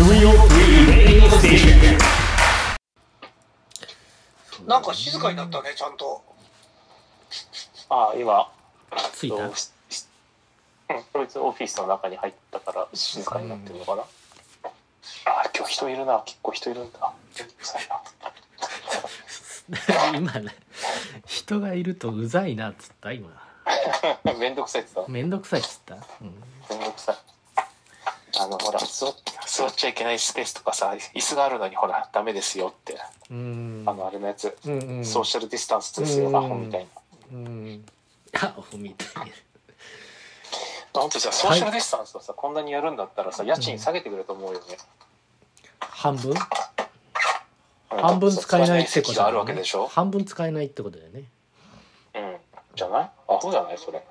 なんか静かになったね、ちゃんと。 ああ、今ついた。 こいつオフィスの中に入ったから静かになってるのかな。ああ、今日人いるな。結構人いるんだ。うざい今ね、人がいるとうざいなっつった今。 な。めんどくさいって言った。 めんどくさいっつった。 めんどくさい。ほら座っちゃいけないスペースとかさ、椅子があるのにほらダメですよって。あれのやつ、ソーシャルディスタンスですよ、アホみたいな。 アホみたいな。 本当じゃソーシャルディスタンスとさ、こんなにやるんだったらさ、家賃下げてくれと思うよね。 半分使えないってことだよね。半分使えないってことだよね。 じゃない？アホじゃないそれ。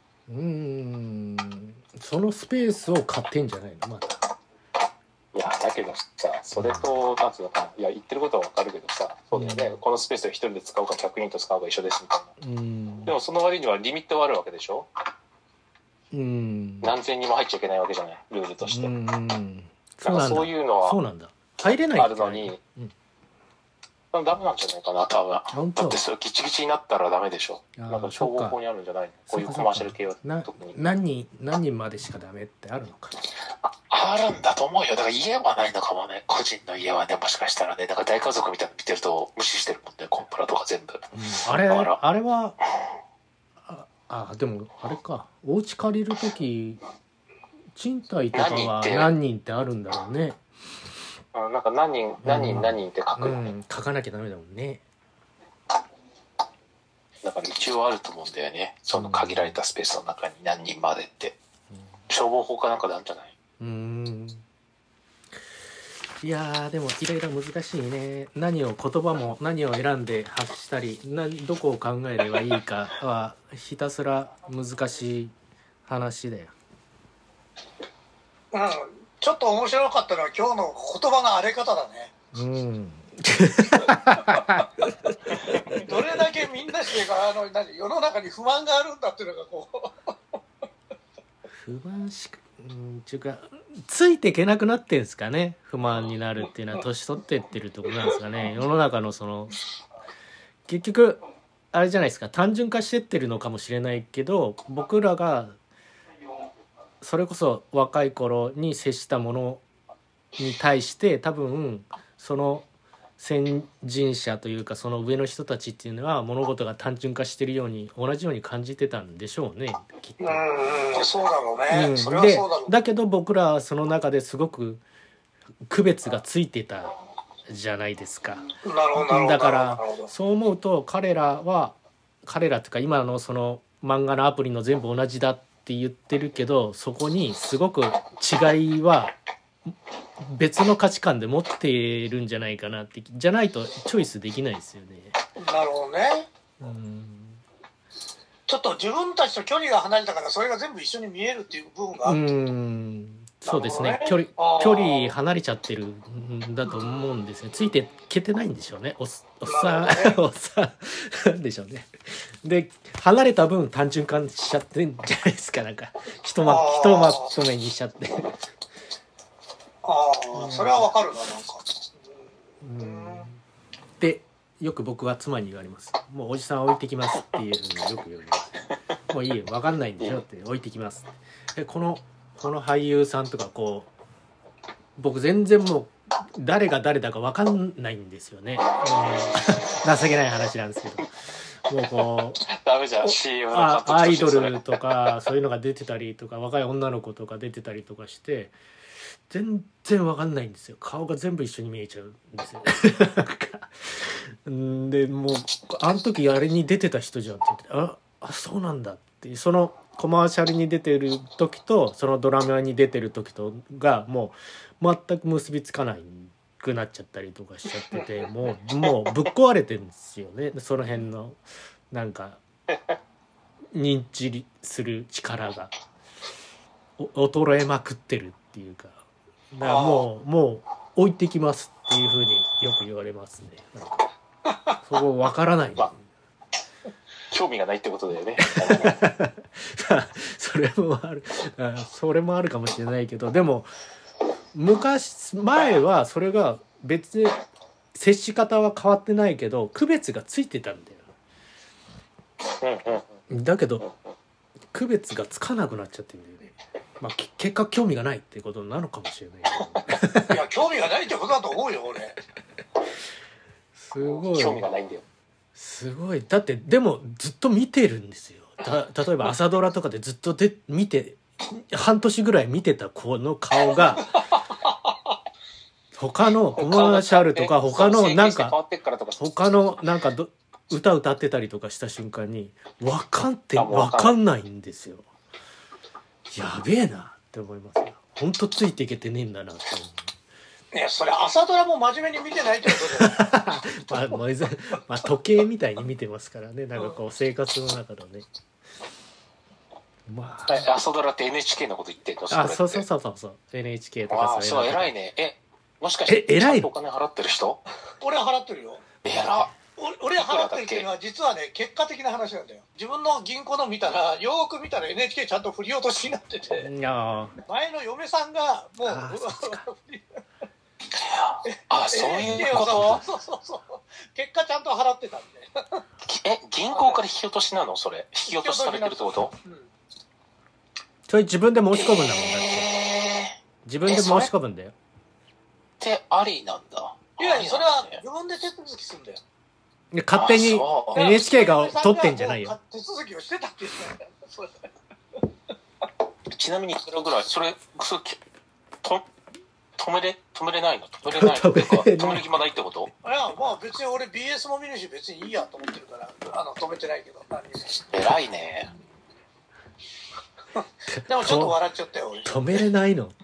そのスペースを買ってんじゃないのまた。 いやだけどさ、それとなんつうのかな、いや言ってることはわかるけどさ、そうだよね、このスペースを一人で使うか100人と使うか一緒ですみたいな。でもその割にはリミットはあるわけでしょ。何千人も入っちゃいけないわけじゃない、ルールとして。なんかそういうのはそうなんだ、入れないあるのに、ダメなんじゃないかな多分。だってそれギチギチになったらダメでしょ。なんか消防法にあるんじゃないの、こういうコマーシャル系は特に。 何人までしかダメってあるのか。 あるんだと思うよ。だから家はないのかもね、個人の家はね、もしかしたらね。だから大家族みたいなの見てると無視してるもんね、コンプラとか全部。 あれはでもあれか、お家借りるとき賃貸とかは何人ってあるんだろうね。 なんか何人って書くよね。 書かなきゃダメだもんね。 だから一応あると思うんだよね、その限られたスペースの中に何人までって。消防法かなんかであるんじゃない。 いやでもいろいろ難しいね。言葉も何を選んで発したりどこを考えればいいかはひたすら難しい話だよ。 ちょっと面白かったのは今日の言葉の荒れ方だね。どれだけみんなして世の中に不満があるんだっていうのがこう不満しかっていうかついていけなくなってんですかね。不満になるっていうのは年取ってってるところなんですかね。世の中のその結局あれじゃないですか、単純化してってるのかもしれないけど、僕らがそれこそ若い頃に接したものに対して多分その先人者というかその上の人たちっていうのは物事が単純化してるように同じように感じてたんでしょうね、きっと。 そうだろうね。それはそうだろう。 だけど僕らはその中ですごく区別がついてたじゃないですか。だからそう思うと彼らっていうか今のその漫画のアプリの全部同じだって言ってるけど、そこにすごく違いは別の価値観で持っているんじゃないかなって。じゃないとチョイスできないですよね。 なるほどね。ちょっと自分たちと距離が離れたからそれが全部一緒に見えるっていう部分がある。 そうですね、距離離れちゃってるんだと思うんですよ。ついていけてないんでしょうね。おっさんでしょうね。で離れた分単純化しちゃってんじゃないですか。なんかひとまとめにしちゃって。 それはわかるな、なんか。 でよく僕は妻に言われます。もうおじさん置いてきますっていうふうによく言われます。もういいよ、分かんないんでしょって置いてきます。でこの俳優さんとかこう僕全然もう誰が誰だか分かんないんですよね。情けない話なんですけど、もうこうダメじゃん、CM のアイドルとかそういうのが出てたりとか若い女の子とか出てたりとかして全然分かんないんですよ。顔が全部一緒に見えちゃうんですよ。でもうあの時あれに出てた人じゃんって言って、あそうなんだって。そのコマーシャルに出てる時とそのドラマに出てる時とがもう全く結びつかないくなっちゃったりとかしちゃってて、もうぶっ壊れてるんですよね。その辺のなんか認知する力が衰えまくってるっていうか、だからもう置いてきますっていう風によく言われますね。なんかそこ分からない、 興味がないってことだよね。 それもあるかもしれないけど、でも前はそれが別に接し方は変わってないけど区別がついてたんだよ。だけど区別がつかなくなっちゃってるんだよね。まあ結果興味がないってことなのかもしれないけど。 いや興味がないってことだと思うよ俺。 すごい興味がないんだよ。 すごい。だってでもずっと見てるんですよ。例えば朝ドラとかでずっと見て半年ぐらい見てた子の顔が他のコマーシャルとか他のなんか他のなんか歌歌ってたりとかした瞬間に分かんないんですよ。やべえなって思いますよ。ほんとついていけてねえんだなって思う。 いやそれ朝ドラも真面目に見てないってことだよ。 まあ時計みたいに見てますからね。なんかこう生活の中のね。まあ朝ドラって NHK のこと言ってんの？ そう NHK とかそう偉いね。もしかしてちゃんとお金払ってる人？ 俺は払ってるよ。俺払ってるっていうのは実はね結果的な話なんだよ。自分の銀行の見たらよく見たら NHK ちゃんと振り落としになってて、前の嫁さんがもうそういうこと？ そう結果ちゃんと払ってたんで。 銀行から引き落としなの？それ引き落としされてるってこと？ それ自分で申し込むんだもんだって。自分で申し込むんだよ。 ってありなんだ。 いやそれは自分で手続きするんだよ。 勝手に NHK が取ってんじゃないよ。 手続きをしてたっていう。 ちなみにいくらぐらいそれ止めれないの？止めれないの？止める暇ないってこと？ いやまあ別に俺 BS も見るし別にいいやと思ってるから止めてないけど。 偉いね。 でもちょっと笑っちゃったよ。 止めれないのって。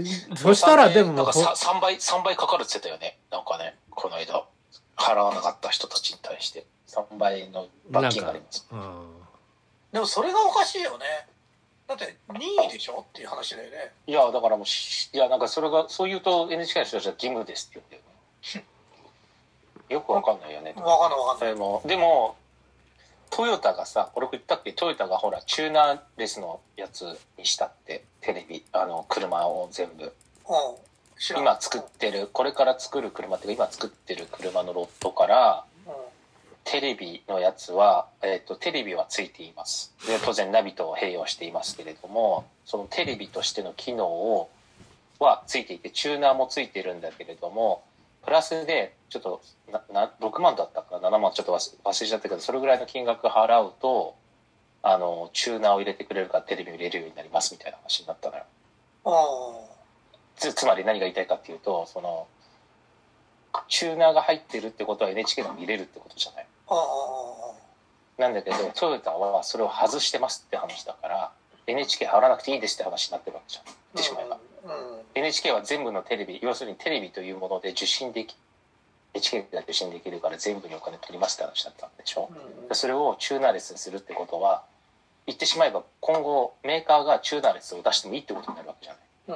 そしたらでもなんか3倍かかるって言ってたよね。なんかねこの間払わなかった人たちに対して3倍の罰金があります。 でもそれがおかしいよね。だって任意でしょっていう話だよね。 いやだからもうなんかそれがそう言うと NHK の人たちは義務ですって言うんだよね。よくわかんないよね。 わかんない。 でもトヨタがさ、俺言ったっけ？トヨタがほらチューナーレスのやつにしたってテレビ車を全部。今作ってるこれから作る車っていうか今作ってる車のロットから、テレビのやつはテレビはついています。で当然ナビと併用していますけれども、そのテレビとしての機能はついていてチューナーもついてるんだけれども。プラスでちょっと6万だったかな7万ちょっと忘れちゃったけどそれぐらいの金額払うとチューナーを入れてくれるからテレビを入れるようになりますみたいな話になったのよ。つまり何が言いたいかっていうとそのチューナーが入ってるってことは NHK でも見れるってことじゃない。なんだけどトヨタはそれを外してますって話だから NHK 払わなくていいですって話になってるわけじゃん。言ってしまえば。NHK は全部のテレビ要するにテレビというもので受信でき NHK が受信できるから全部にお金取りますって話だったんでしょ。それをチューナーレスにするってことは言ってしまえば今後メーカーがチューナーレスを出してもいいってことになるわけじゃない。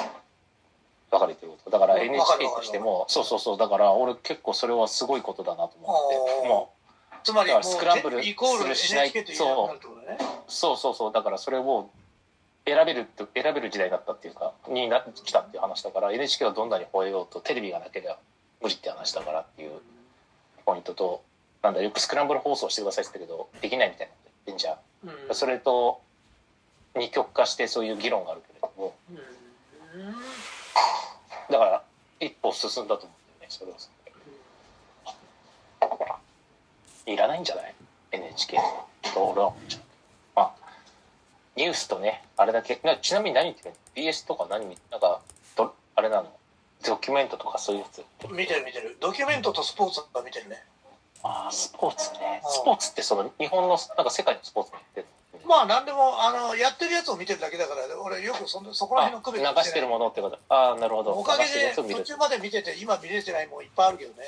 分かれてることだから NHK としてもそうだから俺結構それはすごいことだなと思ってもうつまりスクランブルするしないそうだからそれを選べる時代だったっていうかになってきたっていう話だから NHK をどんなに吠えようとテレビがなければ無理って話だからっていうポイントとなんだよくスクランブル放送してくださいって言ったけどできないみたいなこと言ってんじゃん、それと二極化してそういう議論があるけれども、だから一歩進んだと思うんだよねそれはいらないんじゃない NHK と俺は思っちゃう。ニュースとねあれだけちなみに何言ってるの BS とか何なんかあれなのドキュメントとかそういうやつ見てるドキュメントとスポーツは見てるね。 スポーツね。スポーツってその日本のなんか世界のスポーツもやってるまあ何でもやってるやつを見てるだけだから俺よくそこら辺の区別流してるものってことなるほど。 おかげで途中まで見てて今見れてないもんいっぱいあるけどね。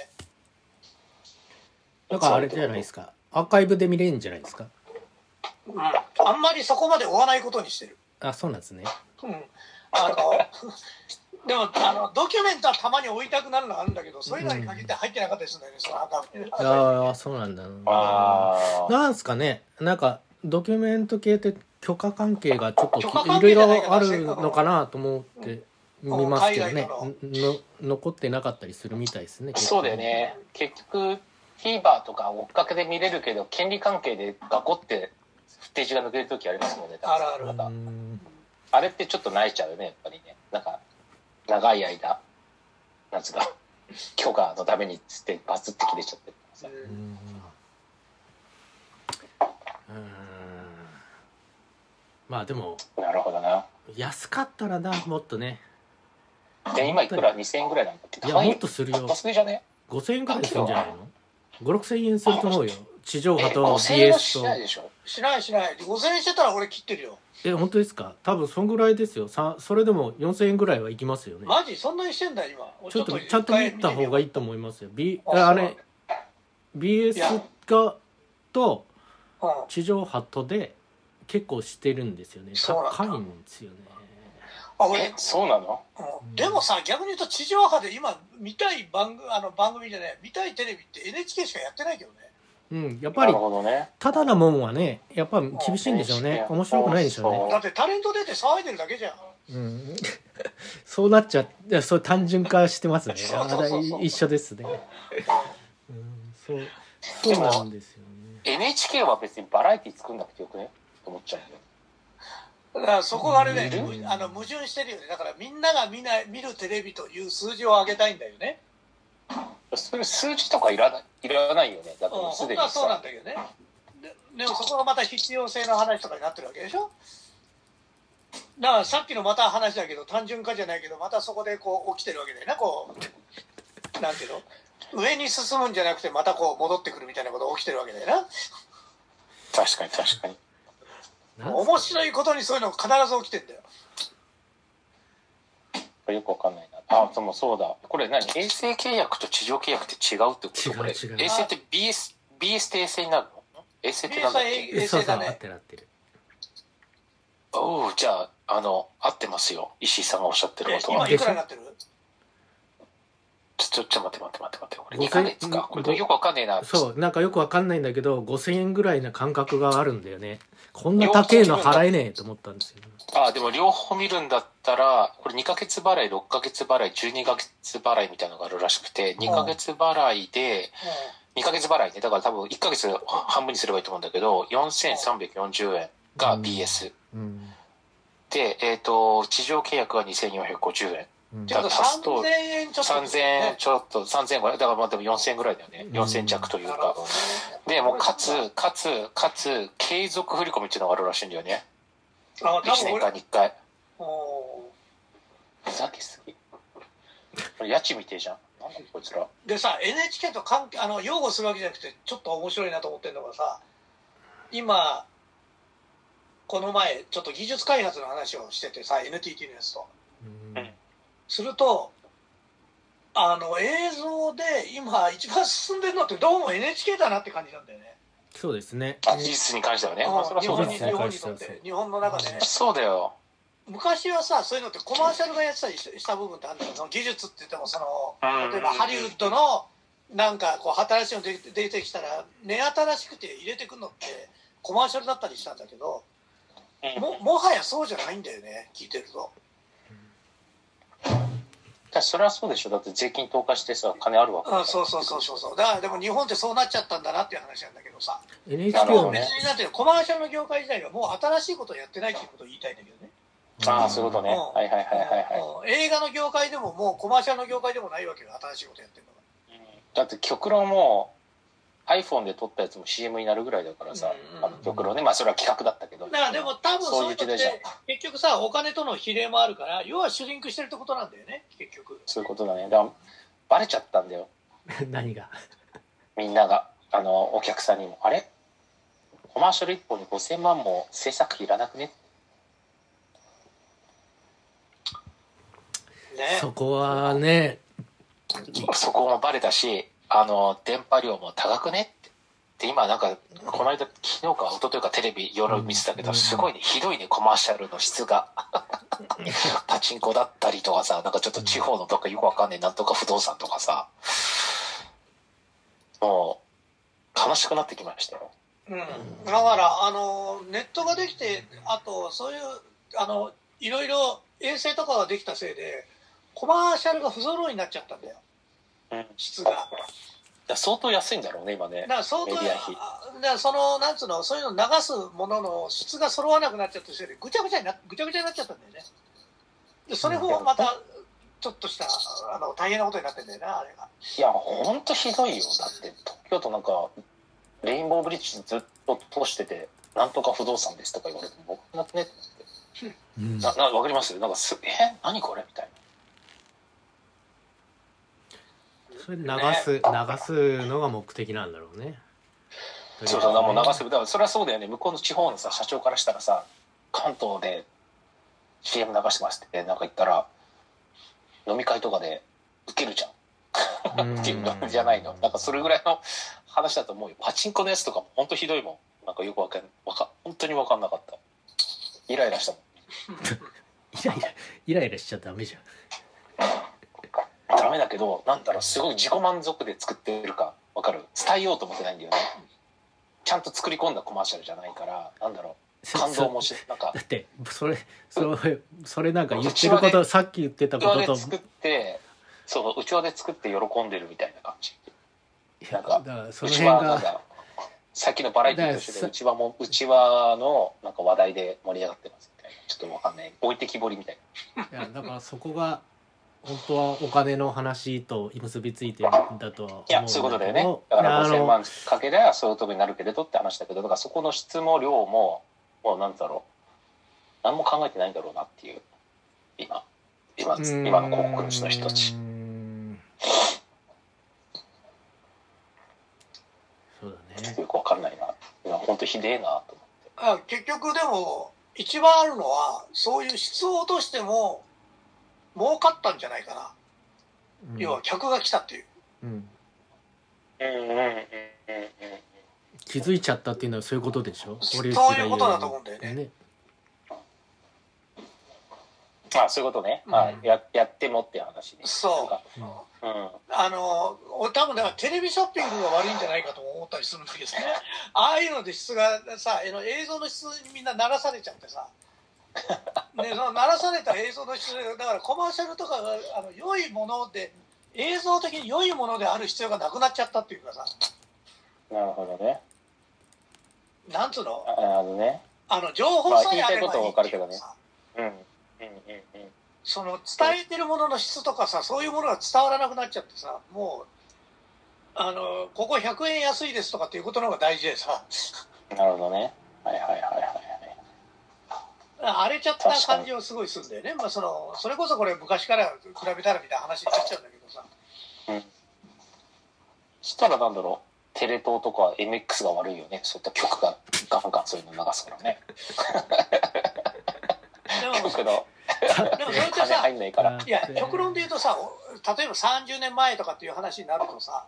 なんかあれじゃないですかアーカイブで見れるんじゃないですか。 あんまりそこまで追わないことにしてる。 そうなんですね。 でもドキュメントはたまに追いたくなるのはあるんだけどそういうのに限って入ってなかったりするんだよね、そのアカウント。 そうなんだ。なんすかねなんかドキュメント系って許可関係がちょっといろいろあるのかなと思って見ますけどね、残ってなかったりするみたいですね。 そうだよね。結局 TVer とか追っかけで見れるけど権利関係でガコってフッテージが抜ける時ありますもんね。 あるある。 あれってちょっと泣いちゃうよね、やっぱりね。なんか長い間なんつうか許可のためにつってバツって切れちゃってるからさ。 まあでもなるほどな。 安かったらな、もっとね。 で今いくら2000円ぐらいなんだっけ。 いやもっとするよ。 高すぎじゃね。 5000円ぐらいするんじゃないの。5、6000円すると思うよ。地上波と BS と。 しないでしょ。しない。5000円してたら俺切ってるよ。 本当ですか。多分そんぐらいですよ。それでも4000円ぐらいはいきますよね。 マジそんなにしてんだ今。 ちょっとちゃんと見た方がいいと思いますよ。あれ BS がと地上波とで結構してるんですよね。高いんですよね。 そうなの？ でもさ、逆に言うと地上波で今見たい番組でね、見たいテレビって NHK しかやってないけどね。 やっぱりただなもんはね、やっぱ厳しいんでしょうね。面白くないんでしょうね。 だってタレント出て騒いでるだけじゃん。 そうなっちゃう。そう単純化してますね。一緒ですね。そうなんですよね。 NHK は別にバラエティ作んなくてよくねと思っちゃうんだよ。 だからそこがあれね、矛盾してるよね。だからみんなが見るテレビという数字を上げたいんだよね。 それ数字とかいらないよね。だってすでに本当はそうなんだけどね。でもそこがまた必要性の話とかになってるわけでしょ。だからさっきのまた話だけど、単純化じゃないけど、またそこでこう起きてるわけだよな。こうなんていうの、上に進むんじゃなくてまたこう戻ってくるみたいなことが起きてるわけだよな。 確かに面白いことにそういうの必ず起きてんだよ。 よくわかんないな。そうだ。これ何？衛星契約と地上契約って違うってこと？これ衛星って BS って衛星になるの？衛星ってなんだっけ？ 衛星だね。 合ってる。 じゃあ合ってますよ。石井さんがおっしゃってることは。 今いくらになってる？ ちょっと待って。これ2ヶ月か。これよくわかんねえな。 そう、なんかよくわかんないんだけど、5000円ぐらいな感覚があるんだよね。こんな高えの払えねえと思ったんですよ。 でも両方見るんだったら、これ2ヶ月払い、6ヶ月払い、12ヶ月払いみたいなのがあるらしくて、2ヶ月払いで、2ヶ月払いね、だから多分1ヶ月半分にすればいいと思うんだけど、4340円が BS。で、地上契約は2450円。 じゃあ3000円ちょっと、 3000円ちょっと、3000円ぐらい。だからまあでも4000円ぐらいだよね。4000弱というか。で、もうかつ、継続振り込みっていうのがあるらしいんだよね。1年間に1回。ふざけすぎ。これ家賃みてえじゃん。なんだこいつら。 でさ、NHK と擁護するわけじゃなくて、ちょっと面白いなと思ってるのがさ、今、この前、ちょっと技術開発の話をしててさ、NTT のやつと。すると、映像で今一番進んでるのってどうも NHK だなって感じなんだよね。 そうですね。 技術に関してはね。 日本にとって、日本の中でね。 そうだよ。 昔はさ、そういうのってコマーシャルがやってたりした部分ってあるんだけど、技術って言っても例えばハリウッドのなんかこう新しいの出てきたら目新しくて入れてくるのってコマーシャルだったりしたんだけど、もはやそうじゃないんだよね、聞いてると。 それはそうでしょ。だって税金投下してさ、金あるわけだ。 そう。だからでも日本ってそうなっちゃったんだなっていう話なんだけどさ。 NHK は別になんていうの、コマーシャルの業界自体がもう新しいことをやってないっていうことを言いたいんだけどね。 そういうことね。はい。 映画の業界でももうコマーシャルの業界でもないわけよ、新しいことやってるのが。 だって極論も iPhone で撮ったやつも CM になるぐらいだからさ、極論ね。まあそれは企画だったけど。 だからでも多分そういうのって結局さ、お金との比例もあるから、要はシュリンクしてるってことなんだよね、結局。 そういうことだね。だからバレちゃったんだよ。 何が？ みんながお客さんにもあれコマーシャル1本に5000万も制作費いらなくね。 そこはね、 そこもバレたし、電波量も高くねって。で今なんかこの間昨日か一昨日かテレビ夜見てたけど、すごいね、ひどいね、コマーシャルの質がパチンコだったりとかさ、なんかちょっと地方のどっかよくわかんねえなんとか不動産とかさ、もう悲しくなってきましたよ。 だからネットができて、あとそういういろいろ衛星とかができたせいでコマーシャルが不揃いになっちゃったんだよ、質が。 相当安いんだろうね今ね。 だから相当、だからなんつうの、そういうの流すものの質が揃わなくなっちゃったせいでぐちゃぐちゃになっちゃったんだよね。でそれもまたちょっとした大変なことになってんだよな、あれが。 いやほんとひどいよ。だって東京都なんかレインボーブリッジずっと通しててなんとか不動産ですとか言われても僕なくねって、わかります？なんか何これみたいな。 それ流すのが目的なんだろうね。 そうそう、もう流す。だからそれはそうだよね。向こうの地方のさ社長からしたらさ、関東で CM 流してますってなんか言ったら飲み会とかでウケるじゃん。ウケるじゃないの。なんかそれぐらいの話だと思うよ。パチンコのやつとかも本当ひどいもん。なんかよく本当に分かんなかった。イライラしたもん。 イライラしちゃダメじゃん。 ダメだけど、なんだろう、すごい自己満足で作ってるか分かる？伝えようと思ってないんだよね。ちゃんと作り込んだコマーシャルじゃないから、なんだろう、感動もしなんかだってそれなんか言ってること、さっき言ってたことと作って、そううちわで作って喜んでるみたいな感じ。なんかその辺がなんかさっきのバラエティーとしてうちわのなんか話題で盛り上がってますみたいな、ちょっと分かんない、置いてきぼりみたいな。 いやだからそこが本当はお金の話と結びついてるんだとは思うんだけど。 いやそういうことだよね。だから5000万かけりゃそういうとこになるけれどって話だけど、だからそこの質も量ももうなんだろう、何も考えてないんだろうなっていう、今の広告主の人たち。 そうだね。 よく分かんないな。今本当ひでえなと思って。 結局でも一番あるのはそういう質を落としても儲かったんじゃないかな、要は客が来たっていう、 気づいちゃったっていうのはそういうことでしょ。 そういうことだと思うんだよね。 そういうことね、やってもっていう話ね。 そう、俺多分だからテレビショッピングが悪いんじゃないかと思ったりするんだけどね。ああいうので質がさ、映像の質にみんな鳴らされちゃってさね、その鳴らされた映像の質だからコマーシャルとかが良いもので、映像的に良いものである必要がなくなっちゃったっていうかさ。 なるほどね。 なんつうの、情報さえあればいいっていうかさ、その伝えてるものの質とかさ、そういうものが伝わらなくなっちゃってさ、もうここ100円安いですとかっていうことの方が大事でさ。 なるほどね。 荒れちゃった感じをすごいするんだよね。それこそこれ昔から比べたらみたいな話になっちゃうんだけどさ。 そしたらなんだろう、テレ東とか MX が悪いよね。そういった曲がガンガンそういうの流すからね。曲のでもそれってさ、 入んないから。 いや極論で言うとさ、例えば30年前とかっていう話になるとさ、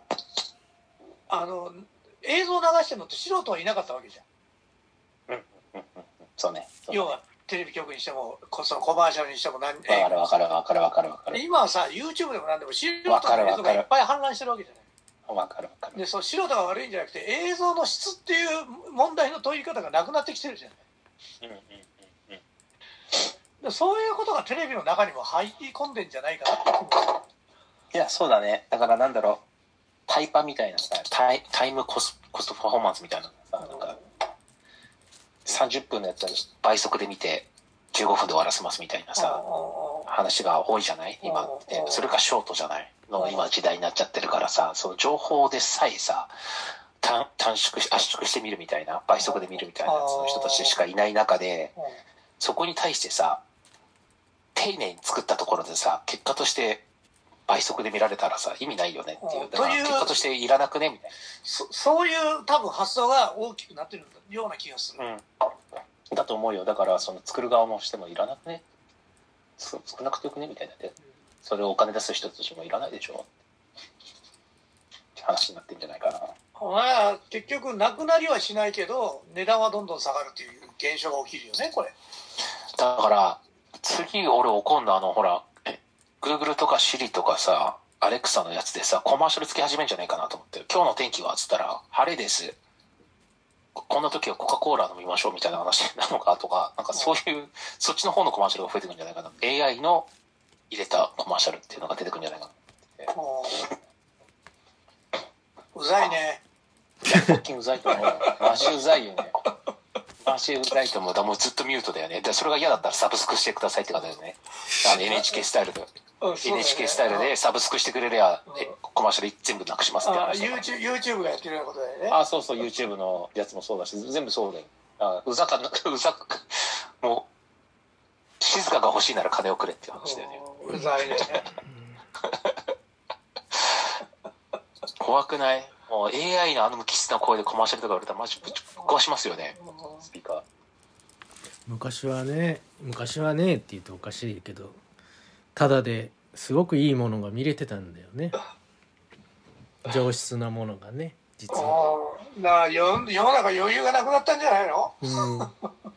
映像を流してるのって素人はいなかったわけじゃん。 そうね。 要はテレビ局にしてもそのコマーシャルにしても何、 わかる。 今はさ YouTube でも何でも素人の映像がいっぱい氾濫してるわけじゃない。 わかる。 で素人が悪いんじゃなくて映像の質っていう問題の問い方がなくなってきてるじゃない。そういうことがテレビの中にも入り込んでんじゃないかなって思う。 いやそうだね。だからなんだろう、タイパみたいなさ、タイムコストパフォーマンスみたいなさ、なんか30分のやつは倍速で見て15分で終わらせますみたいなさ話が多いじゃない今って。それがショートじゃないの今時代になっちゃってるからさ、その情報でさえさ圧縮して見るみたいな、倍速で見るみたいなやつの人たちしかいない中で、そこに対してさ丁寧に作ったところでさ、結果として倍速で見られたらさ意味ないよねっていう。だから結果としていらなくねみたいな、 そういう多分発想が大きくなってるような気がする。 だと思うよ。だからその作る側もしてもいらなくね、少なくてよくねみたいなで、それをお金出す人たちもいらないでしょって話になってんじゃないかな。 結局なくなりはしないけど値段はどんどん下がるっていう現象が起きるよねこれ。 だから次俺怒んのほら Google とか Siri とかさ Alexa のやつでさコマーシャルつけ始めんじゃないかなと思って、今日の天気はっつったら晴れですこんな時はコカ・コーラ飲みましょうみたいな話なのかとか、なんかそういう、そっちの方のコマーシャルが増えてくるんじゃないかな。AI の入れたコマーシャルっていうのが出てくるんじゃないかな。 うざいね。 最近うざいと思う。マジうざいよね。マジうざいと思う。もうずっとミュートだよね。でそれが嫌だったらサブスクしてくださいって感じだよね。NHK スタイルで。ね、NHK スタイルでサブスクしてくれりゃ、コマーシャル全部なくしますって話。 YouTube がやってるようなことだよね。 そうそう、YouTube のやつもそうだし、全部そうだよ。うざく、もう、静かが欲しいなら金をくれっていう話だよね。 うざいね。 怖くない？もう AI の無機質な声でコマーシャルとか売れたらマジぶっ壊しますよね、スピーカー。 昔はねって言うとおかしいけど、ただですごくいいものが見れてたんだよね。上質なものがね、実は。 世の中余裕がなくなったんじゃないの？ 余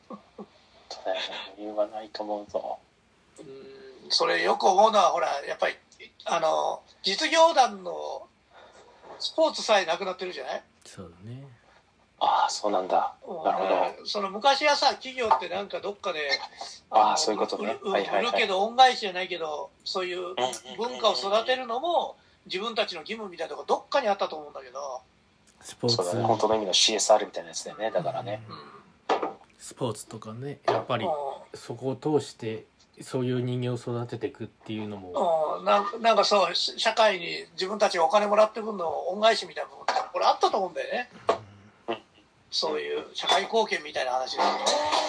裕がないと思うぞ。 それよく思うのは、ほらやっぱり実業団のスポーツさえなくなってるじゃない？ そうだね。 そうなんだ。なるほど。 その昔はさ、企業ってなんかどっかでそういうことね。 売るけど恩返しじゃないけど、そういう文化を育てるのも自分たちの義務みたいなとこどっかにあったと思うんだけど。 スポーツ、 そうだね、本当の意味の CSR みたいなやつだよね。だからね、 スポーツとかね、やっぱりそこを通してそういう人間を育てていくっていうのも、 なんかそう、社会に自分たちがお金もらってくるの恩返しみたいなものってこれあったと思うんだよね。そういう社会貢献みたいな話だよね。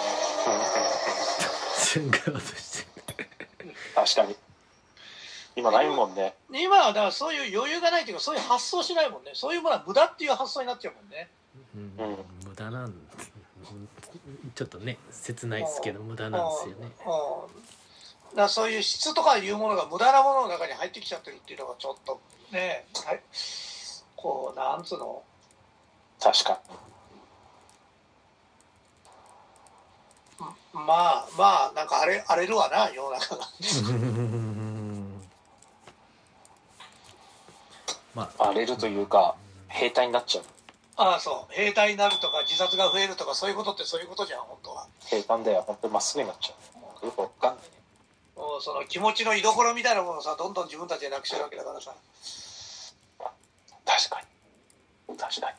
確かに今ないもんね。 今はだからそういう余裕がないというか、そういう発想しないもんね。そういうものは無駄っていう発想になっちゃうもんね。 無駄なんちょっとね切ないですけど無駄なんですよね。 だからそういう質とかいうものが無駄なものの中に入ってきちゃってるっていうのがちょっとね、こうなんつうの。 確かに。 まあなんか荒れるわな、世の中が。 荒れるというか兵隊になっちゃう。 そう兵隊になるとか自殺が増えるとか、そういうことってそういうことじゃん、本当は。 兵隊だよ、本当にまっすぐになっちゃう。よくわかんないね。 その気持ちの居所みたいなものをさ、どんどん自分たちでなくしてるわけだからさ。 確かに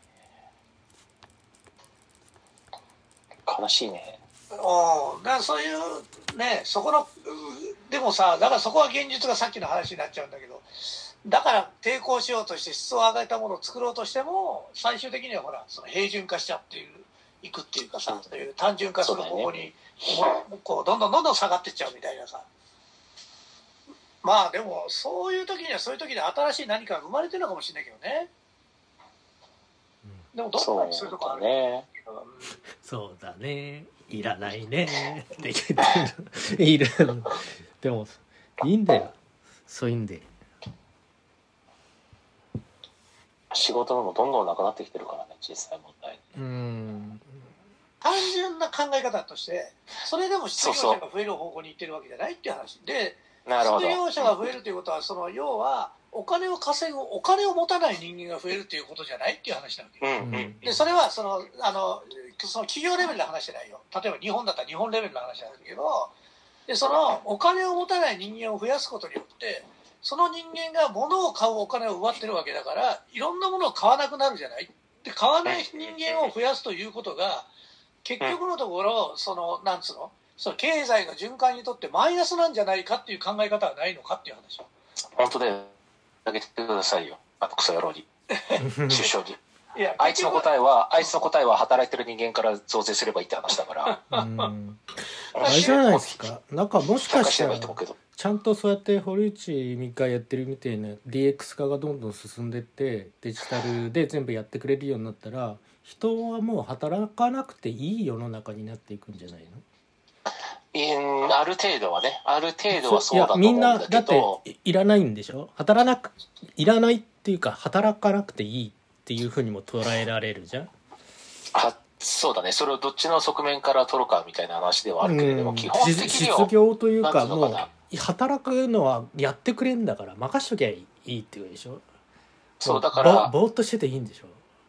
悲しいね。 だからそういうね、そこのでもさ、だからそこは現実がさっきの話になっちゃうんだけど、だから抵抗しようとして質を上げたものを作ろうとしても、最終的にはほらその平準化しちゃっていくっていうかさ、そういう単純化する方向にこうどんどん下がっていっちゃうみたいなさ。まあでもそういう時にはそういう時で新しい何かが生まれてるのかもしれないけどね。でもどっかにそういうとこあるね。 そうだね、いらないねって言っている。でもいいんだよ、そういうんで。 仕事もどんどんなくなってきてるからね、実際問題。 単純な考え方として、それでも失業者が増える方向に行ってるわけじゃないっていう話で、失業者が増えるということは、その要はお金を稼ぐ、お金を持たない人間が増えるということじゃないっていう話なわけ。でそれはその企業レベルの話じゃないよ。例えば日本だったら日本レベルの話なんだけど、でそのお金を持たない人間を増やすことによって、その人間が物を買うお金を奪ってるわけだから、いろんなものを買わなくなるじゃない。で買わない人間を増やすということが結局のところ、そのなんつうの、その経済の循環にとってマイナスなんじゃないかっていう考え方はないのかっていう話。 本当であげてくださいよ、クソ野郎に首相に。あいつの答えは働いてる人間から増税すればいいって話だから。 あれじゃないですか。なんかもしかしたらちゃんとそうやって堀内美香やってるみたいな DX 化がどんどん進んでってデジタルで全部やってくれるようになったら、人はもう働かなくていい世の中になっていくんじゃないの？ ある程度はね、ある程度はそうだと思うんだけど、みんなだっていらないんでしょ。いらないっていうか働かなくていいっていうふうにも捉えられるじゃん。 そうだね、それをどっちの側面から取るかみたいな話ではあるけれども、基本的には失業というか、もう働くのはやってくれんだから任しときゃいいっていうでしょ。 そうだからぼーっとしてていいんでしょ。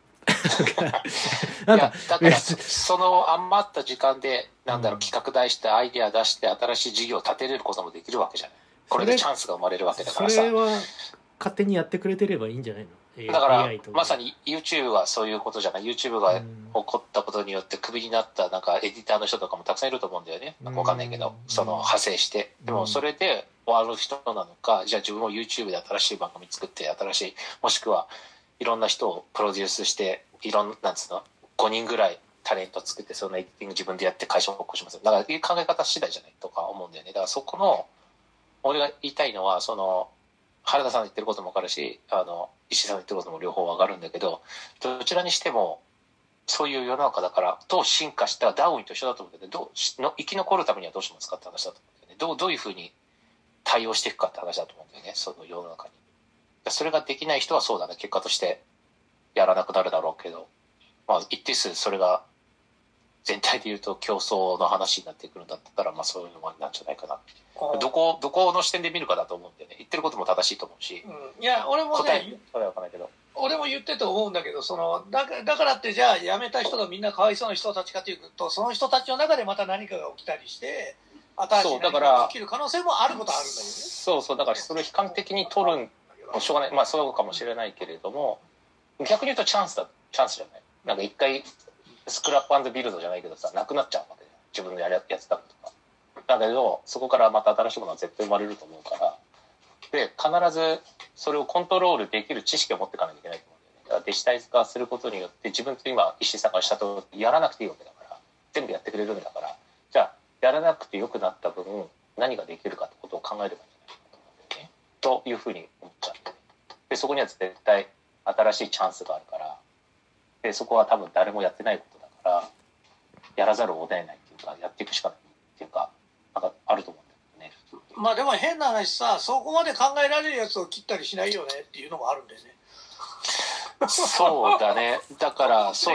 なんかだからその余った時間で企画出してアイデア出して新しい事業を立てれることもできるわけじゃない。これでチャンスが生まれるわけだからさ。 それは勝手にやってくれてればいいんじゃないの。 だからまさに YouTube はそういうことじゃない。 YouTube が起こったことによってクビになったエディターの人とかもたくさんいると思うんだよね。わかんないけどその派生してでもそれで終わる人なのか、じゃあ自分も YouTube で新しい番組作って新しいもしくはいろんな人をプロデュースしてなんつうの5人ぐらいタレント作ってそのエディティング自分でやって会社を起こします。だからいう考え方次第じゃないとか思うんだよね。だからそこの俺が言いたいのはその原田さんの言ってることも分かるし石井さんの言ってることも両方分かるんだけど、どちらにしてもそういう世の中だからどう進化したダーウィンと一緒だと思うんだよね。生き残るためにはどうしますかって話だと思うんだよね。どういうふうに対応していくかって話だと思うんだよね、その世の中に。それができない人はそうだね、結果としてやらなくなるだろうけど、一定数それが全体で言うと競争の話になってくるんだったらそういうのなんじゃないかな。どこの視点で見るかだと思うんだよね。言ってることも正しいと思うし、 いや俺もねそれは分かんないけど俺も言ってて思うんだけど、だからってじゃあ辞めた人がみんなかわいそうな人たちかというと、その人たちの中でまた何かが起きたりして新しい何かが起きる可能性もあることはあるんだよね。 そうだからそれを悲観的に取るのしょうがない。そうかもしれないけれども、逆に言うとチャンスじゃない。一回スクラップ&ビルドじゃないけどさ、なくなっちゃうわけで自分でやってたこととかだけど、そこからまた新しいものは絶対生まれると思うから、で必ずそれをコントロールできる知識を持っていかないといけないと思うんだよね。だからデジタル化することによって自分と今石井さんがしたとやらなくていいわけだから、全部やってくれるんだから、じゃあやらなくてよくなった分何ができるかってことを考えればいいんじゃないかと思うんだよね、というふうに思っちゃって。でそこには絶対新しいチャンスがあるから、でそこは多分誰もやってないことだからやらざるを得ないっていうか、やっていくしかないっていうか、あると思うんだよね。 でも変な話さ、そこまで考えられるやつを切ったりしないよねっていうのもあるんだよね。 そうだね。だからそ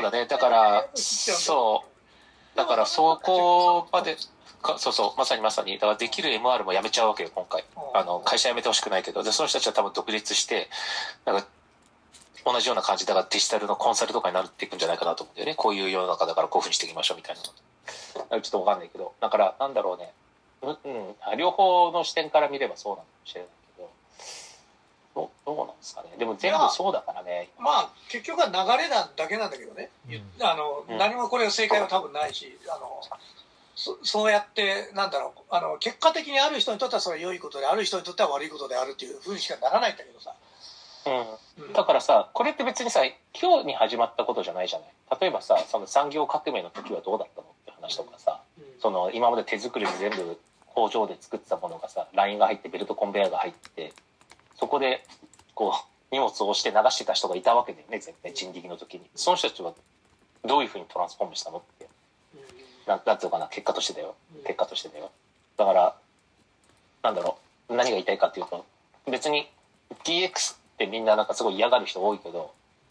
こまでまさにだからできる MR もやめちゃうわけよ今回。会社辞めてほしくないけど、でその人たちは多分独立して同じような感じだからデジタルのコンサルとかになっていくんじゃないかなと思うんだよね。こういう世の中だからこういうふうにしていきましょうみたいな。ちょっと分かんないけど、だからなんだろうね、両方の視点から見ればそうなのかもしれないけど、どうなんですかね。でも全部そうだからね。 結局は流れなんだけなんだけどね、何もこれ正解は多分ないし、そうやって結果的にある人にとってはそれは良いことで、ある人にとっては悪いことであるっていうふうにしかならないんだけどさ。 だからさ、これって別にさ今日に始まったことじゃないじゃない。例えばさ、その産業革命の時はどうだったのって話とかさ、その今まで手作りで全部工場で作ってたものがさ、ラインが入ってベルトコンベヤーが入ってそこでこう荷物を押して流してた人がいたわけだよね、絶対人力の時に。その人たちはどういうふうにトランスフォームしたのって、なんていうのかな、結果としてだよ。だから何が言いたいかっていうと、別に DX ってみんなすごい嫌がる人多いけど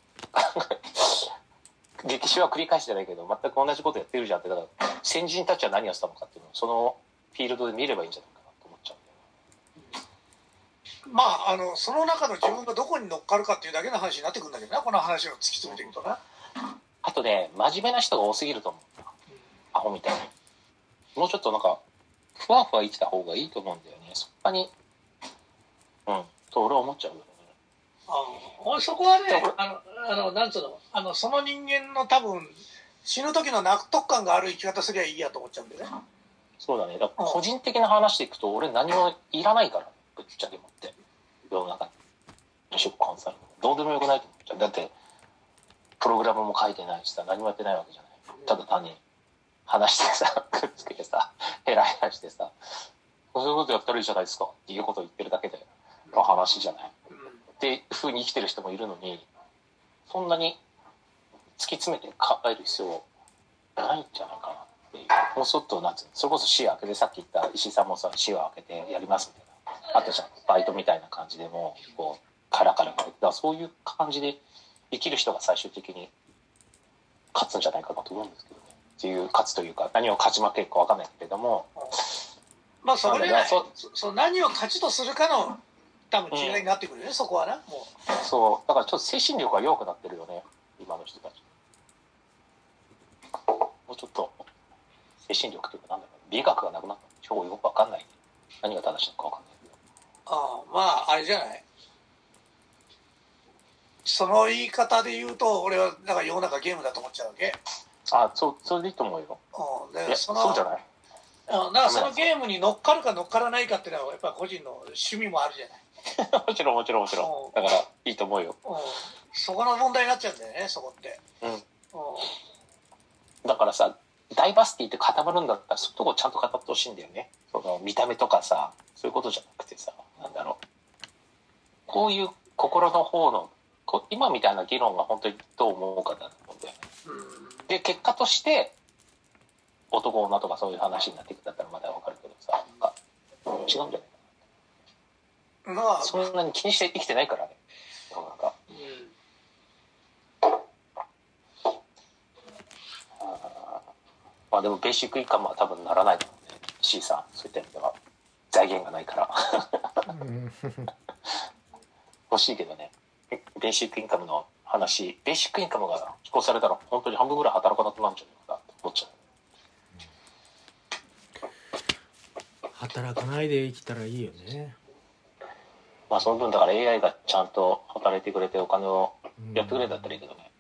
歴史は繰り返しじゃないけど全く同じことやってるじゃんって。だから先人たちは何をしたのかっていうのをそのフィールドで見ればいいんじゃないかなと思っちゃうんだよね。その中の自分がどこに乗っかるかっていうだけの話になってくるんだけどな、この話を突き詰めていくとな。 あとね、真面目な人が多すぎると思う、アホみたいに。もうちょっとふわふわ生きた方がいいと思うんだよね。そんなにと俺は思っちゃうよね。 そこはね、なんつうの、その人間の多分死ぬ時の納得感がある生き方すりゃいいやと思っちゃうんでね。 そうだね。だから個人的な話でいくと俺何もいらないから、ぶっちゃけ持って世の中に離職コンサルどうでもよくないと思っちゃう。だってプログラムも書いてないしさ、何もやってないわけじゃない。ただ単に話してさ、くっつけてさ、ヘラヘラしてさ、そういうことやったらいいじゃないですかっていうことを言ってるだけでの話じゃない。っていうふうに生きてる人もいるのに、そんなに突き詰めて考える必要ないんじゃないかなっていう。もうちょっとそれこそ視野開けて、さっき言った石井さんもさ、視野開けてやりますみたいなあとじゃん、バイトみたいな感じでもこうカラカラだからそういう感じで生きる人が最終的に勝つんじゃないかなと思うんですけどね。っていう勝つというか、何を勝ち負けるか分かんないけれども、 それが何を勝ちとするかの多分違いになってくるよね、そこはな。もうそうだからちょっと精神力が弱くなってるよね、今の人たち。 ちょっと精神力というかなんだろう、美学がなくなった。よくわかんない。何が正しいのかわかんないけど。 まああれじゃない。その言い方で言うと俺はなんか世の中ゲームだと思っちゃうわけ。 それでいいと思うよ。 そうじゃない。だからそのゲームに乗っかるか乗っからないかっていうのはやっぱ個人の趣味もあるじゃない。 もちろんだからいいと思うよ。 そこの問題になっちゃうんだよね、そこって。 だからさ、ダイバーシティって固まるんだったらそういうとこちゃんと語ってほしいんだよね。その見た目とかさ、そういうことじゃなくてさ、なんだろう、こういう心の方の今みたいな議論が本当にどう思うかだと思うんだよね。で結果として男女とかそういう話になっていくんだったらまだわかるけどさ、なんか違うんじゃないかな。まあそんなに気にして生きてないからね、世の中。まあでもベーシックインカムは多分ならないと思うんで、C さん、そういった意味では財源がないから欲しいけどね。ベーシックインカムの話、ベーシックインカムが施行されたら本当に半分ぐらい働かなくなるんじゃないかなって思っちゃう。働かないで生きたらいいよね。 まあその分だから AI がちゃんと働いてくれてお金をやってくれるんだったらいいけどね。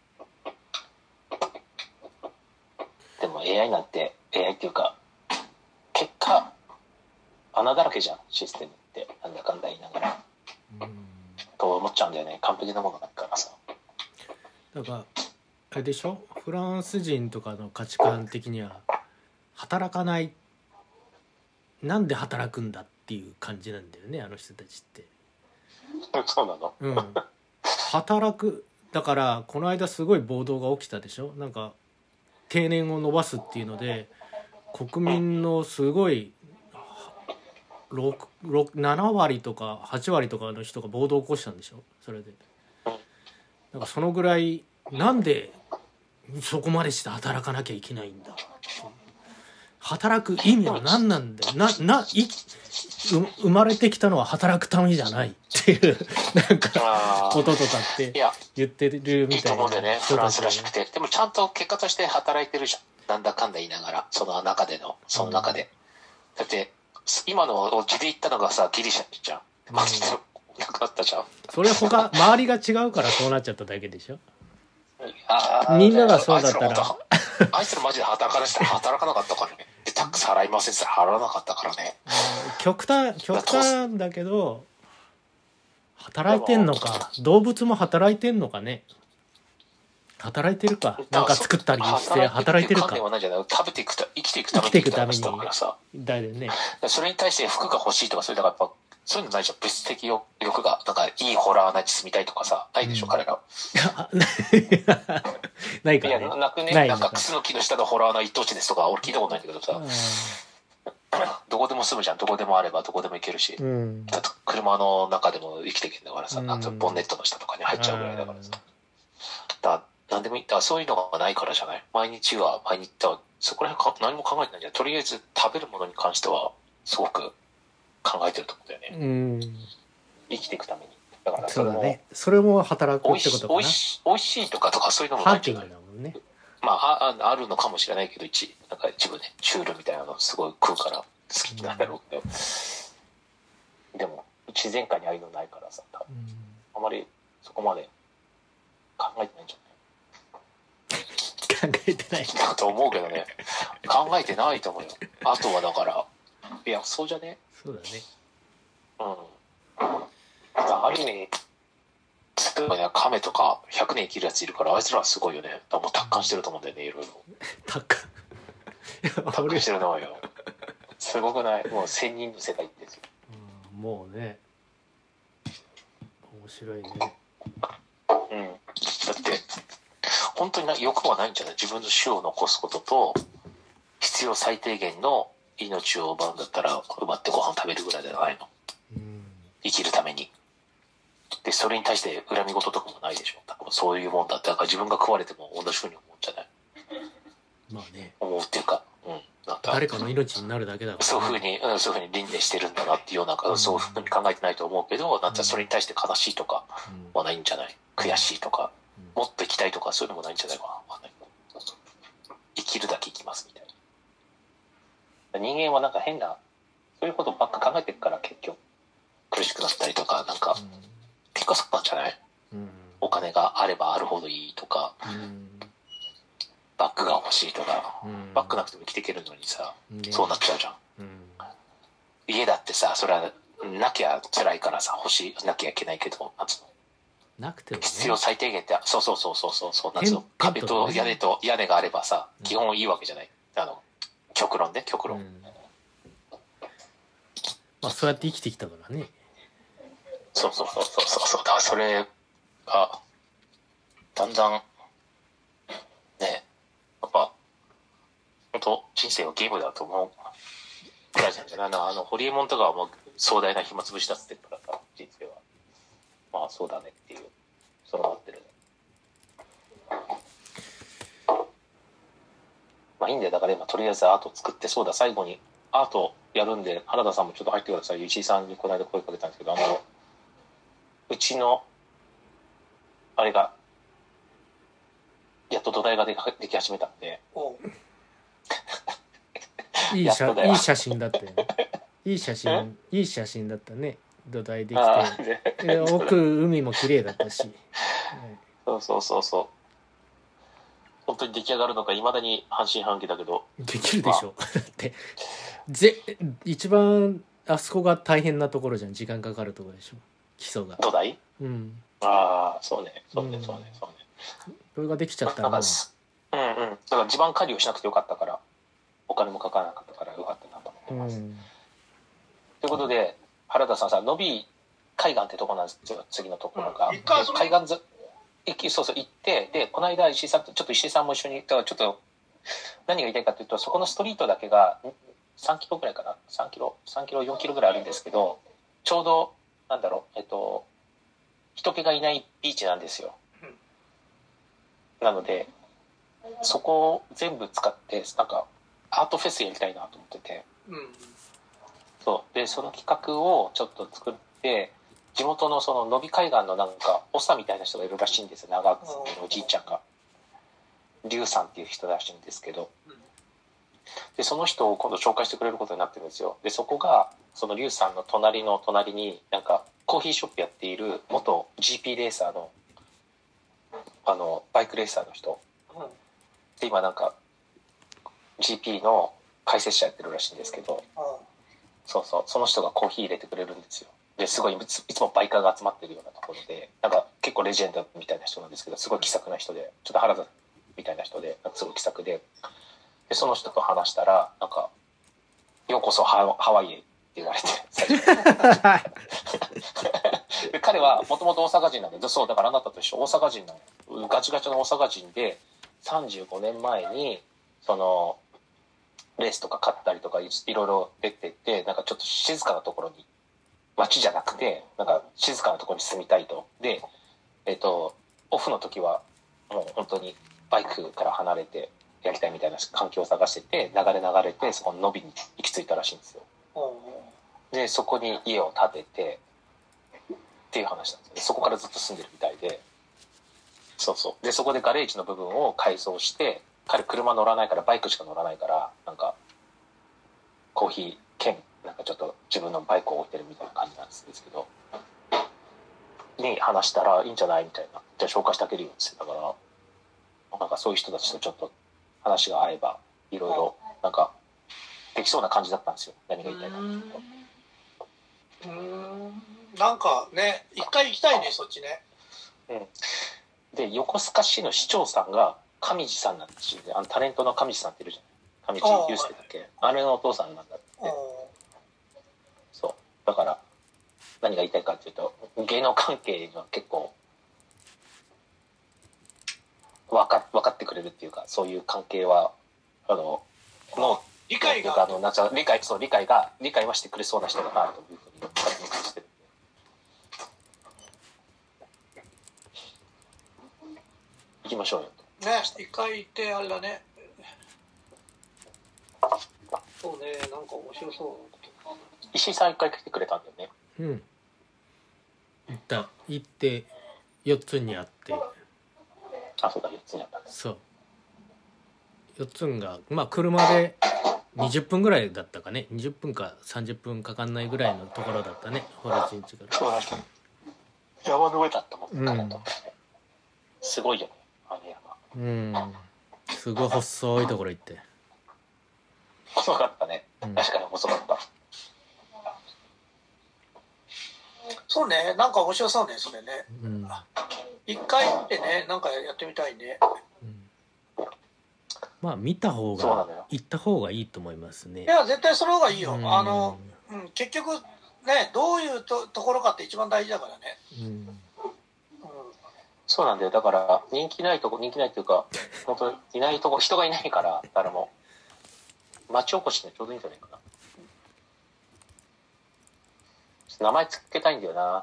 でも AI なんて AI っていうか結果穴だらけじゃん、システムってなんだかんだ言いながら、と思っちゃうんだよね。完璧なものないからさ。 だからあれでしょ、フランス人とかの価値観的には働かない、なんで働くんだっていう感じなんだよね、あの人たちって。 そうなの？ 働く。だからこの間すごい暴動が起きたでしょ。なんか定年を延ばすっていうので国民のすごい7割とか8割とかの人が暴動を起こしたんでしょ。それでなんかそのぐらい、なんでそこまでして働かなきゃいけないんだって、働く意味は何なんだよ、生まれてきたのは働くためじゃないっていうなんかこととかって言ってるみたいな人たち、ね、いいと思うんだよね、 フランスらしくて。でもちゃんと結果として働いてるじゃん、なんだかんだ言いながら、その中で。だって今のお家で言ったのがさ、ギリシャじゃん。マジでなくなったじゃん。 それ周りが違うからそうなっちゃっただけでしょ。みんながそうだったらあいつらマジで働かなかったからね。でタックス払いませんって払わなかったからね。 極端だけど働いてんのか。動物も働いてんのかね。働いてるか。なんか作ったりして働いてるか。 食べていく生きていくためにだからさ。 だよね。 それに対して服が欲しいとか、それだからやっぱそういうのないじゃん。物質的欲がなんかいいホラーな地住みたいとかさ、ないでしょ、彼ら。 ないからね。 いやなくね。なんかクスの木の下のホラーな一等地ですとか俺聞いたことないんだけどさ。どこでも住むじゃん。どこでもあればどこでも行けるし、だと車の中でも生きていけんだからさ、なんとボンネットの下とかに入っちゃうぐらいだからさ。なんでもいい。そういうのがないからじゃない。毎日そこら辺何も考えてないじゃん。とりあえず食べるものに関してはすごく考えてると思うんだよね。生きていくために。だからそうだね。それも働くってことかな。 おいしいとかそういうのもないんじゃない。 ハーティングだもんね。 まああるのかもしれないけど、なんか一部ね、チュールみたいなのすごい食うから好きなんだろうけど、でも自然界にああいうのないからさ、あまりそこまで考えてないんじゃない？ 考えてないだと思うけどね。考えてないと思うよ。あとはだから、いや、そうじゃね。 そうだね。 ある意味、亀とか100年生きるやついるから、あいつらはすごいよね。もう達観してると思うんだよね、いろいろ。達観してるのよ。すごくない？もう1000人の世界ですよ。 もうね、面白いね。 だって本当に欲はないんじゃない？自分の種を残すことと必要最低限の命を奪うんだったら奪ってご飯食べるぐらいじゃないの？生きるために。でそれに対して恨み事とかもないでしょ。多分そういうもんだって。だから自分が食われても同じふうに思うんじゃない？ まあね。 思うっていうか、 なんか誰かの命になるだけだから、ね。そういうふうに輪廻してるんだなっていうような、そういうふうに考えてないと思うけど、なんかそれに対して悲しいとかはないんじゃない？悔しいとか、もっと行きたいとかそういうのもないんじゃないかな。 生きるだけ生きますみたいな。人間はなんか変なそういうことばっか考えてるから結局苦しくなったりとかなんか、結構そうなんじゃない、お金があればあるほどいいとか、バッグが欲しいとか、バッグなくても生きていけるのにさ、そうなっちゃうじゃん、家だってさそれはなきゃ辛いからさなきゃいけないけどなんつうのなくても、ね、 必要最低限ってそうなんつうの壁と屋根があればさ基本いいわけじゃない、極論、 まあそうやって生きてきたからね。 そうだからそれがだんだんねやっぱ本当人生はゲームだと思うくらいなんじゃないな。ホリエモンとかはもう壮大な暇つぶしだっつってるからさ、人生はまあそうだねっていうそうなってるね。まあいいんだよ。だから今とりあえずアート作ってそうだ最後にアートやるんで原田さんもちょっと入ってください。石井さんにこの間声かけたんですけどうちのあれがやっと土台ができ始めたんでいい写真だったよね。いい写真だったね。土台できて奥海も綺麗だったし、 そう本当に出来上がるのかいまだに半信半疑だけどできるでしょ、だって一番あそこが大変なところじゃん。時間かかるところでしょ、基礎が。 土台？ああそうね。それができちゃったらだから地盤管理をしなくてよかったからお金もかからなかったからよかったなと思ってます、ということで原田さんさ野比海岸ってとこなんですよ。次のところが、海岸行ってでこの間石井さんとちょっと石井さんも一緒に行ったらちょっと何が言いたいかというとそこのストリートだけが3キロぐらいかな3キロ4キロぐらいあるんですけどちょうどなんだろう人気がいないビーチなんですよ。なのでそこを全部使ってなんかアートフェスやりたいなと思ってて、そうでその企画をちょっと作って地元のその野比海岸のなんか長みたいな人がいるらしいんですよ。長くおじいちゃんが龍さんっていう人らしいんですけど、でその人を今度紹介してくれることになってるんですよ。でそこがその龍さんの隣になんかコーヒーショップやっている元 GP レーサーのバイクレーサーの人で今なんか GP の解説者やってるらしいんですけど、その人がコーヒー入れてくれるんですよ。ですごいいつもバイカーが集まってるようなところでなんか結構レジェンドみたいな人なんですけどすごい気さくな人でちょっと原田みたいな人ですごい気さくでその人と話したらなんか「ようこそハワイへ」って言われて最初で彼はもともと大阪人なんでそうだからあなたと一緒大阪人なのガチガチの大阪人で35年前にそのレースとか買ったりとかいろいろ出てってなんかちょっと静かなところに街じゃなくてなんか静かなところに住みたいとでオフの時はもう本当にバイクから離れてやりたいみたいな環境を探してて流れてそこの野比に行き着いたらしいんですよ。でそこに家を建ててっていう話なんですよね。そこからずっと住んでるみたいででそこでガレージの部分を改装して彼車乗らないからバイクしか乗らないからなんかコーヒー兼なんかちょっと自分のバイクを置いてるみたいな感じなんですけどに話したらいいんじゃないみたいなじゃあ紹介してあげるよって言ってたからなんかそういう人たちとちょっと話が合えばいろいろなんかできそうな感じだったんですよ。何が言いたいかというとなんかね一回行きたいねそっちね。 で横須賀市の市長さんが上地さんなんですよね。タレントの上地さんっているじゃない上地雄介だっけあれのお父さんなんだって。そうだから何が言いたいかっていうと芸能関係が結構分かってくれるっていうかそういう関係は理解はしてくれそうな人だなというふうに感じてるんで行きましょうよとね。一回行ってあれだね。そうねなんか面白そうなこと。 石井さん一回来てくれたんだよね。 行って4つにあってあそうだ4つにあったそう四つんがまあ車で20分ぐらいだったかね、20分か30分かかんないぐらいのところだったね、ホルチンチから。 そうだね、山の上だったもんね、すごいよねあの山。すごい細いところ行って細かったね、確かに細かった。 そうね、なんか面白そうねそれね。一回見てね、なんかやってみたいね。 まあ見た方が行った方がいいと思いますね。 いや絶対その方がいいよ。結局ね、どういうところかって一番大事だからね。 そうなんだよ。だから人気ないっていうか本当にいないとこ、人がいないから誰も町おこしにちょうどいいんじゃないかな。名前つけたいんだよな。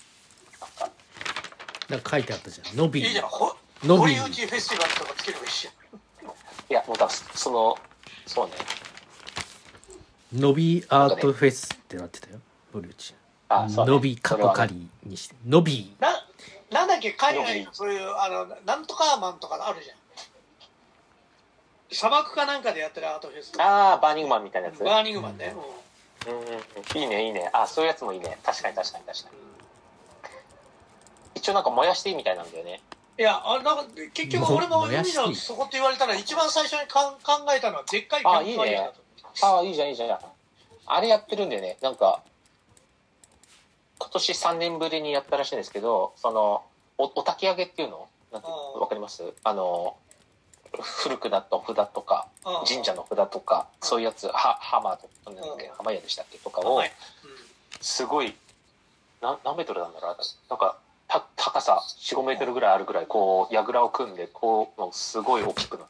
なんか書いてあったじゃん。ノビー。 いいじゃん。堀内フェスティバルとかつければいいし。 いやもうそうね。 ノビーアートフェスってなってたよ。堀内。ノビーカッコカリにして。ノビー。 なんだっけ、海外のそういうなんとかマンとかあるじゃん。砂漠かなんかでやってるアートフェス。 バーニングマンみたいなやつ。 バーニングマンね。 いいね。そういうやつもいいね。確かに。一応なんか燃やしていいみたいなんだよね。 いや、なんか結局俺も海の底って言われたら一番最初に考えたのはでっかいキャンプファイヤーだと。 いいじゃん。あれやってるんだよね。なんか今年3年ぶりにやったらしいんですけど、そのお焚き上げっていうのなんてわかります？古くなったお札とか神社の札とかそういうやつ、ハマーとか浜屋でしたっけとかをすごい何メートルなんだろう、なんか高さ 4,5 メートルぐらいあるぐらいこう櫓を組んでこうすごい大きくなって、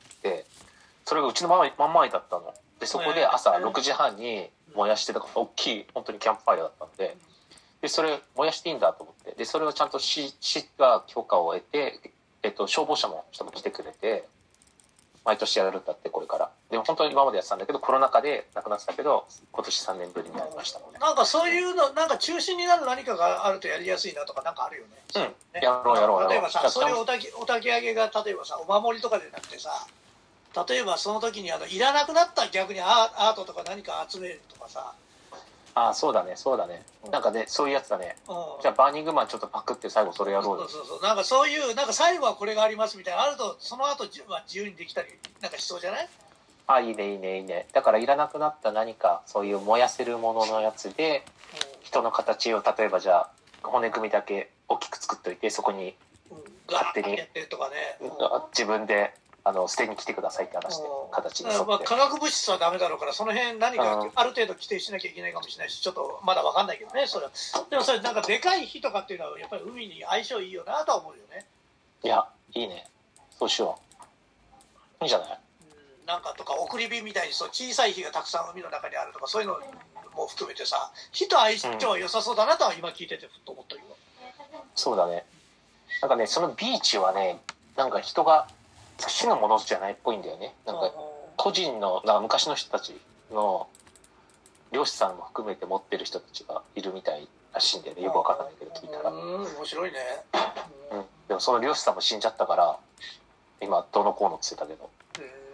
それがうちの真ん前だったので、そこで朝6時半に燃やしてたから大きい本当にキャンプファイヤーだったので、それ燃やしていいんだと思って、でそれをちゃんと市が許可を得て、消防車も来てくれて毎年やるんだって。これからでも本当に今までやってたんだけどコロナ禍でなくなってたけど今年3年ぶりになりましたので、 なんかそういうのなんか中心になる何かがあるとやりやすいなとかなんかあるよね。 やろう。 例えばさ、そういうお焚き上げが例えばさお守りとかでなくてさ、例えばその時にいらなくなった逆にアートとか何か集めるとかさ。 そうだね。なんかね、そういうやつだね。じゃあバーニングマンちょっとパクって最後それやろうよ。 そうなんかそういうなんか最後はこれがありますみたいなあるとその後は自由にできたりなんかしそうじゃない？ いいね。だからいらなくなった何かそういう燃やせるもののやつで、人の形を例えばじゃあ骨組みだけ大きく作っといてそこに勝手に自分で捨てに来てくださいって話で形に沿って。 化学物質はダメだろうからその辺何かある程度規定しなきゃいけないかもしれないし、ちょっとまだ分かんないけどねそれは。でもそれなんかでかい火とかっていうのはやっぱり海に相性いいよなとは思うよね。 いやいいね、そうしよう。いいんじゃない？ なんかとか送り火みたいに小さい火がたくさん海の中にあるとかそういうのも含めてさ、火と相性は良さそうだなとは今聞いててふっと思ったけど。 そうだね。なんかねそのビーチはねなんか人が市のものじゃないっぽいんだよね。なんか個人のなんか昔の人たちの漁師さんも含めて持ってる人たちがいるみたいらしいんだよね。よくわからないけど聞いたら。 面白いね。 でもその漁師さんも死んじゃったから今どうのこうのって言ってたけど。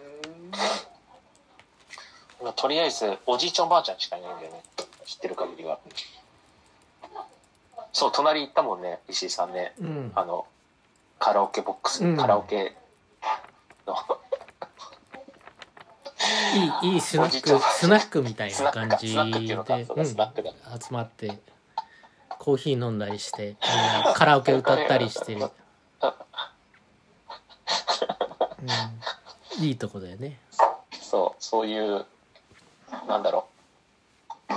とりあえずおじいちゃんおばあちゃんしかいないんだよね、知ってる限りは。そう隣行ったもんね石井さんね、カラオケボックス、カラオケのいいスナックみたいな感じで集まってコーヒー飲んだりしてみんなカラオケ歌ったりしてる、いいとこだよね。 そういうなんだろう、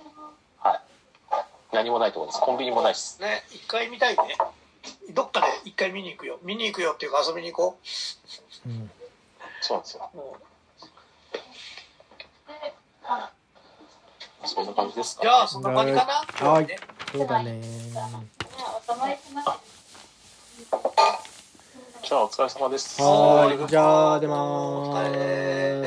何もないところです。コンビニもないしね。一回見たいね。どっかで一回見に行くよっていうか遊びに行こう。 そうなんですよ。そんな感じですか。 じゃあそんな感じかな。 はい、そうだね。 じゃあお疲れ様です。 はい、じゃあ出ます。